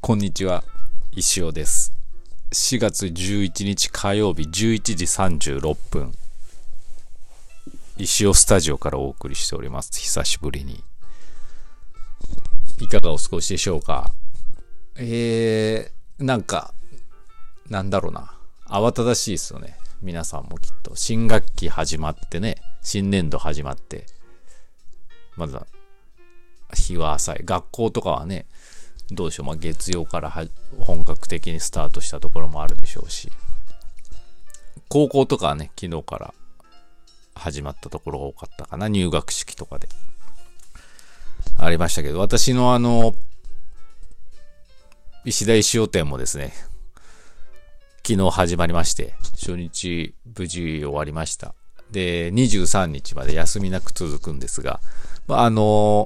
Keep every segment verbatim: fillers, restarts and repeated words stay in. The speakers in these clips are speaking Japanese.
こんにちは、石尾です。しがつじゅういちにち火曜日じゅういちじさんじゅうろっぷん、石尾スタジオからお送りしております。久しぶりに。いかがお過ごしでしょうか。えー、なんか、なんだろうな。慌ただしいですよね。皆さんもきっと。新学期始まってね、新年度始まって、まだ日は浅い。学校とかはね、どうでしょう、まあ、月曜からは本格的にスタートしたところもあるでしょうし、高校とかはね、昨日から始まったところが多かったかな。入学式とかでありましたけど、私のあの石田石尾店もですね、昨日始まりまして、初日無事終わりました。で、にじゅうさんにちまで休みなく続くんですが、まあ、あの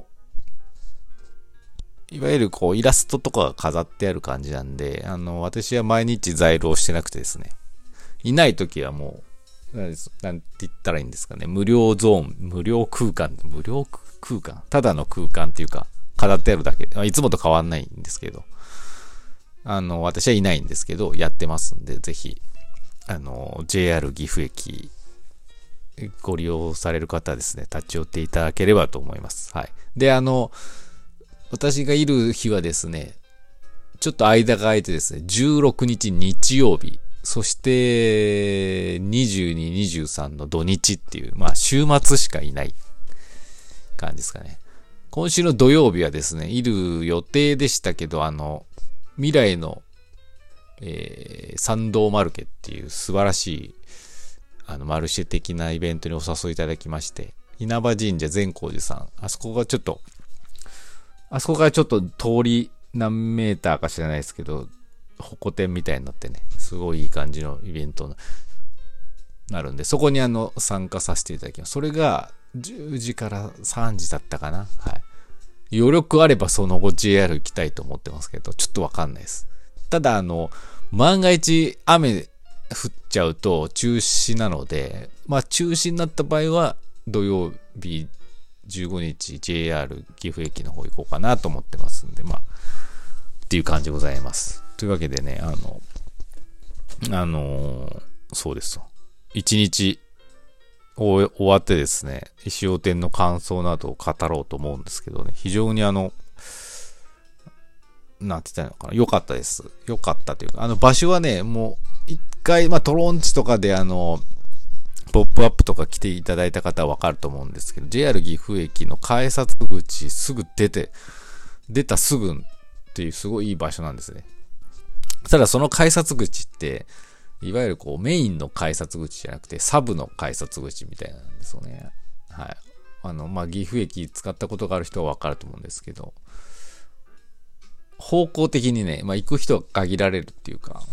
いわゆるこうイラストとかが飾ってある感じなんで、あの、私は毎日在労してなくてですね、いないときはもう、なんて言ったらいいんですかね、無料ゾーン、無料空間、無料空間、ただの空間っていうか、飾ってあるだけ、いつもと変わんないんですけど、あの、私はいないんですけど、やってますんで、ぜひ、あの、ジェイアール 岐阜駅、ご利用される方はですね、立ち寄っていただければと思います。はい。で、あの、私がいる日はですね、ちょっと間が空いてですね、じゅうろくにち日曜日、そしてにじゅうに、にじゅうさんの土日っていう、まあ週末しかいない感じですかね。今週の土曜日はですね、いる予定でしたけど、あの、未来の、えー、参道マルケっていう素晴らしい、あの、マルシェ的なイベントにお誘いいただきまして、稲葉神社善光寺さん、あそこがちょっと、あそこからちょっと通り何メーターか知らないですけど、ホコ天みたいになってね、すごいいい感じのイベントになるんで、そこにあの参加させていただきます。それがじゅうじからさんじだったかな。はい。余力あればその後 ジェイアール 行きたいと思ってますけど、ちょっとわかんないです。ただあの、万が一雨降っちゃうと中止なので、まあ中止になった場合は土曜日、じゅうごにち ジェイアール 岐阜駅の方行こうかなと思ってますんで、まあ、っていう感じでございます。というわけでね、あの、あのー、そうですと。一日終わってですね、石尾店の感想などを語ろうと思うんですけどね、非常にあの、なんて言ったらいいのかな、良かったです。良かったというか、あの場所はね、もう一回、まあトロンチとかであの、ポップアップとか来ていただいた方はわかると思うんですけど、ジェイアール 岐阜駅の改札口すぐ出て、出たすぐっていうすごいいい場所なんですね。ただその改札口って、いわゆるこうメインの改札口じゃなくてサブの改札口みたいなんですよね。はい。あの、まあ、岐阜駅使ったことがある人はわかると思うんですけど、方向的にね、まあ、行く人は限られるっていうか、うん。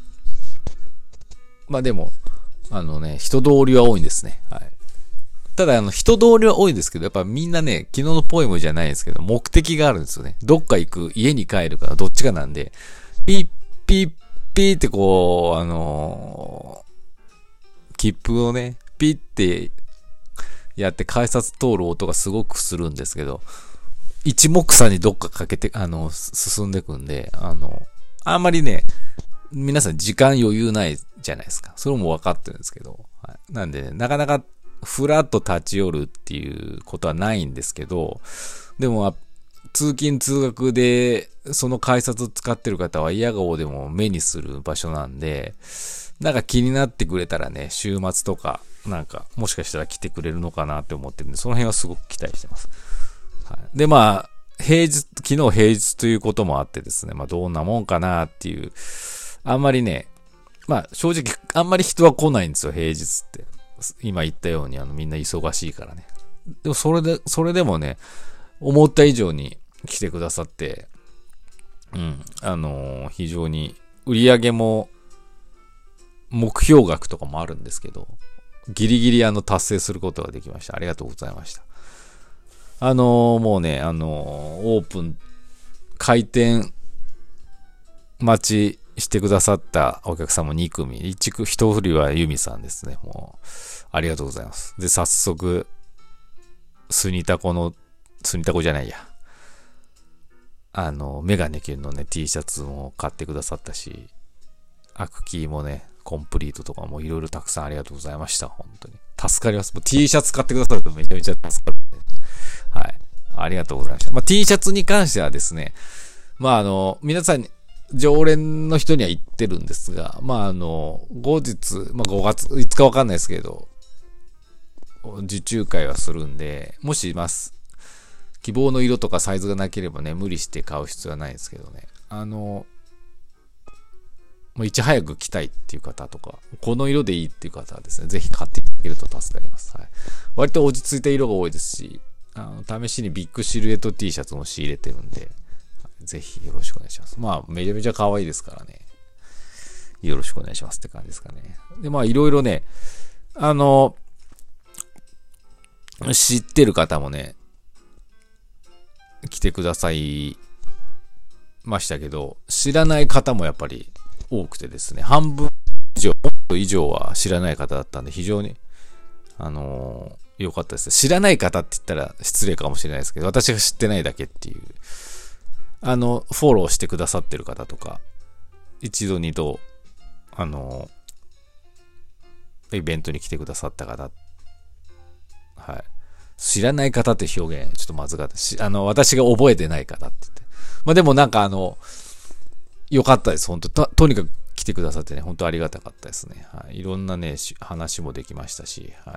まあでも、あのね、人通りは多いんですね。はい。ただ、あの、人通りは多いですけど、やっぱみんなね、昨日のポエムじゃないですけど、目的があるんですよね。どっか行く、家に帰るから、どっちかなんで、ピッピッピーってこう、あのー、切符をね、ピッってやって改札通る音がすごくするんですけど、一目散にどっかかけて、あの、進んでいくんで、あの、あんまりね、皆さん時間余裕ないじゃないですか。それも分かってるんですけど。はい、なんでね、なかなかふらっと立ち寄るっていうことはないんですけど、でも、通勤通学でその改札使ってる方は嫌顔でも目にする場所なんで、なんか気になってくれたらね、週末とか、なんかもしかしたら来てくれるのかなって思ってるんで、その辺はすごく期待してます。はい、で、まあ、平日、昨日平日ということもあってですね、まあどんなもんかなっていう、あんまりね、まあ正直あんまり人は来ないんですよ、平日って。今言ったようにあのみんな忙しいからね。でもそれで、それでもね、思った以上に来てくださって、うん、あのー、非常に売り上げも目標額とかもあるんですけど、ギリギリあの達成することができました。ありがとうございました。あのー、もうね、あのー、オープン、開店待ちしてくださったお客様に組、一区、一振りはユミさんですね。もう、ありがとうございます。で、早速、スニタコの、スニタコじゃないや。 あの、メガネ犬のね、T シャツも買ってくださったし、アクキーもね、コンプリートとかもいろいろたくさんありがとうございました。本当に。助かります。もう T シャツ買ってくださるとめちゃめちゃ助かる、ね。はい。ありがとうございました。まあ、T シャツに関してはですね、まあ、あの、皆さんに、常連の人には言ってるんですが、まあ、あの、後日、まあ、ごがつ、いつかわかんないですけど、受注会はするんで、もしいます。希望の色とかサイズがなければね、無理して買う必要はないですけどね。あの、もういち早く着たいっていう方とか、この色でいいっていう方はですね、ぜひ買っていただけると助かります。はい。割と落ち着いた色が多いですし、あの、試しにビッグシルエット T シャツも仕入れてるんで、ぜひよろしくお願いします。まあ、めちゃめちゃ可愛いですからね。よろしくお願いしますって感じですかね。で、まあ、いろいろね、あの、知ってる方もね、来てくださいましたけど、知らない方もやっぱり多くてですね、半分以上、もっと以上は知らない方だったんで、非常に、あのー、良かったです。知らない方って言ったら失礼かもしれないですけど、私が知ってないだけっていう、あの、フォローしてくださってる方とか、一度二度、あのー、イベントに来てくださった方、はい。知らない方って表現、ちょっとまずかったし、あの、私が覚えてない方って言って。まあでもなんかあの、良かったです。本当と、とにかく来てくださってね、本当ありがたかったですね。はい。いろんなね、話もできましたし、はい。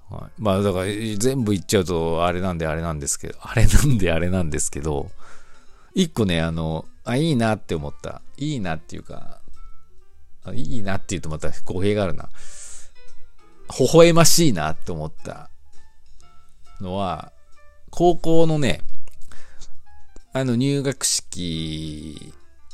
はい、まあだから、全部言っちゃうと、あれなんであれなんですけど、あれなんであれなんですけど、一個ね、あの、あ、いいなって思った。いいなっていうか、いいなって言うとまた語弊があるな。微笑ましいなって思ったのは、高校のね、あの入学式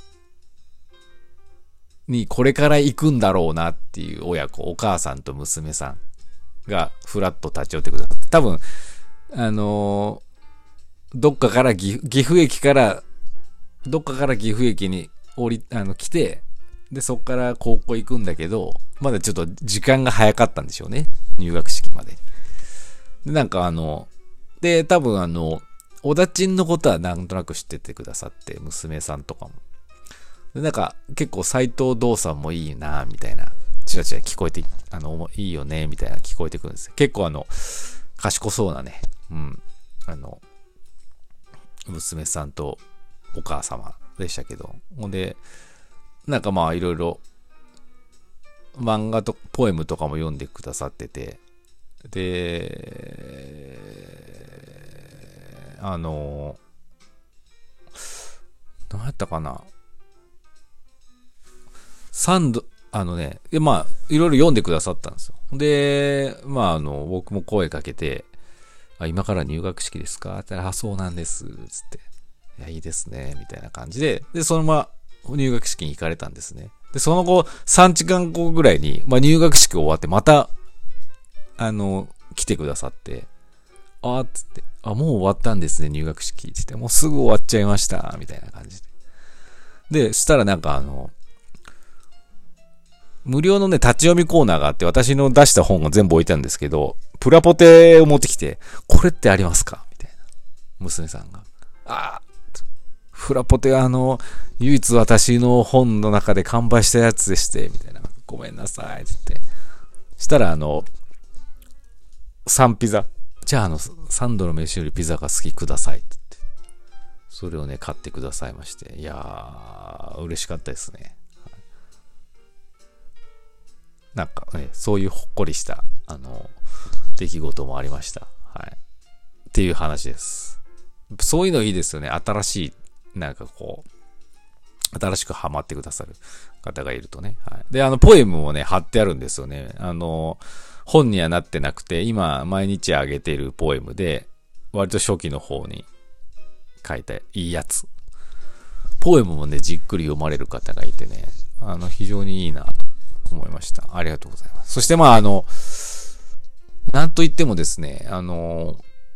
にこれから行くんだろうなっていう親子、お母さんと娘さんがフラッと立ち寄ってくださって、多分、あのー、どっかから岐阜、岐阜駅から、どっかから岐阜駅に降り、あの、来て、で、そっから高校行くんだけど、まだちょっと時間が早かったんでしょうね。入学式まで。で、なんかあの、で、多分あの、おだちんのことはなんとなく知っててくださって、娘さんとかも。で、なんか結構斎藤道さんもいいなみたいな、チラチラ聞こえて、あの、いいよねみたいな聞こえてくるんですよ。結構あの、賢そうなね、うん、あの、娘さんとお母様でしたけど、ほんで、なんかまあいろいろ漫画とポエムとかも読んでくださってて、で、あの何やったかな、三度、あのね、まあいろいろ読んでくださったんですよ。で、まああの僕も声かけて、あ、今から入学式ですかって言ったら、あ、そうなんですつって、いや、いいですねみたいな感じで、でそのまま入学式に行かれたんですね。で、その後、さんじかんごぐらいに、まあ、入学式終わって、また、あの、来てくださって、あーっつって、あ、もう終わったんですね、入学式。つって、もうすぐ終わっちゃいました、みたいな感じで。で、したらなんかあの、無料のね、立ち読みコーナーがあって、私の出した本が全部置いてあるんですけど、プラポテを持ってきて、これってありますかみたいな。娘さんが。あーフラポテはあの、唯一私の本の中で完売したやつでして、みたいな。ごめんなさい、って言って。したらあの、さんピザ。じゃああの、さんどの飯よりピザが好きください、って言って。それをね、買ってくださいまして。いやー、嬉しかったですね。なんかね、そういうほっこりした、あの、出来事もありました。はい。っていう話です。そういうのいいですよね。新しい、なんかこう、新しくハマってくださる方がいるとね。はい。で、あの、ポエムもね、貼ってあるんですよね。あの、本にはなってなくて、今、毎日あげてるポエムで、割と初期の方に書いたいいやつ。ポエムもね、じっくり読まれる方がいてね、あの、非常にいいなと思いました。ありがとうございます。そしてまあ、あの、なんといってもですね、あの、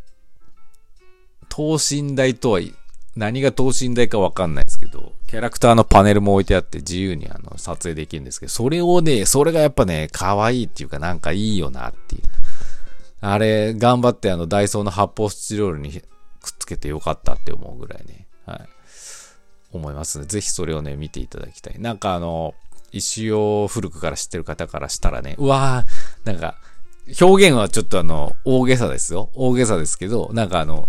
等身大とは、何が等身大かわかんないですけど、キャラクターのパネルも置いてあって自由にあの撮影できるんですけど、それをね、それがやっぱね、可愛いっていうかなんかいいよなっていう。あれ、頑張ってあのダイソーの発泡スチロールにくっつけてよかったって思うぐらいね、はい。思いますね。ぜひそれをね、見ていただきたい。なんかあの、石を古くから知ってる方からしたらね、うわー、なんか、表現はちょっとあの、大げさですよ。大げさですけど、なんかあの、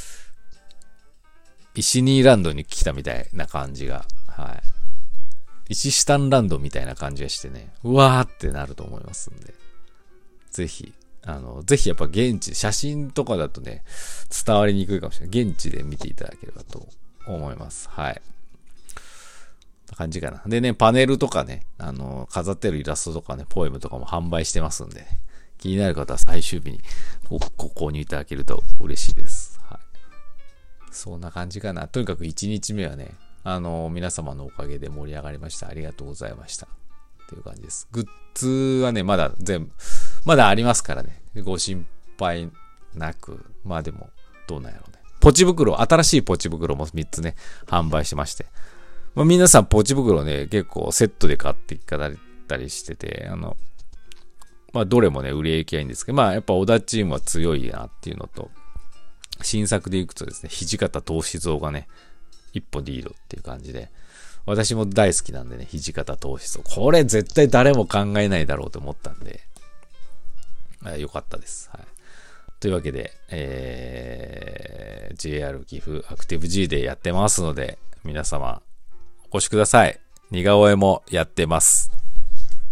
石ニーランドに来たみたいな感じが、はい。石シタンランドみたいな感じがしてね、うわーってなると思いますんで。ぜひ、あの、ぜひやっぱ現地、写真とかだとね、伝わりにくいかもしれない。現地で見ていただければと思います。はい。感じかな。でね、パネルとかね、あの、飾ってるイラストとかね、ポエムとかも販売してますんで、ね、気になる方は最終日にご購入いただけると嬉しいです。はい。そんな感じかな。とにかくいちにちめはね、あの、皆様のおかげで盛り上がりました。ありがとうございました。っていう感じです。グッズはね、まだ全部、まだありますからね。ご心配なく。まあでも、どうなんやろうね。ポチ袋、新しいポチ袋もみっつね、販売しまして。まあ、皆さんポチ袋ね、結構セットで買っていただいたりしてて、あの、まあどれもね、売り行きはいいんですけど、まあやっぱ小田チームは強いなっていうのと、新作でいくとですね、土方歳三がね、一歩リードっていう感じで、私も大好きなんでね、土方歳三。これ絶対誰も考えないだろうと思ったんで、よかったです。はい。というわけで、えー、ジェイアール 岐阜アクティブ G でやってますので、皆様、お越しください。似顔絵もやってます。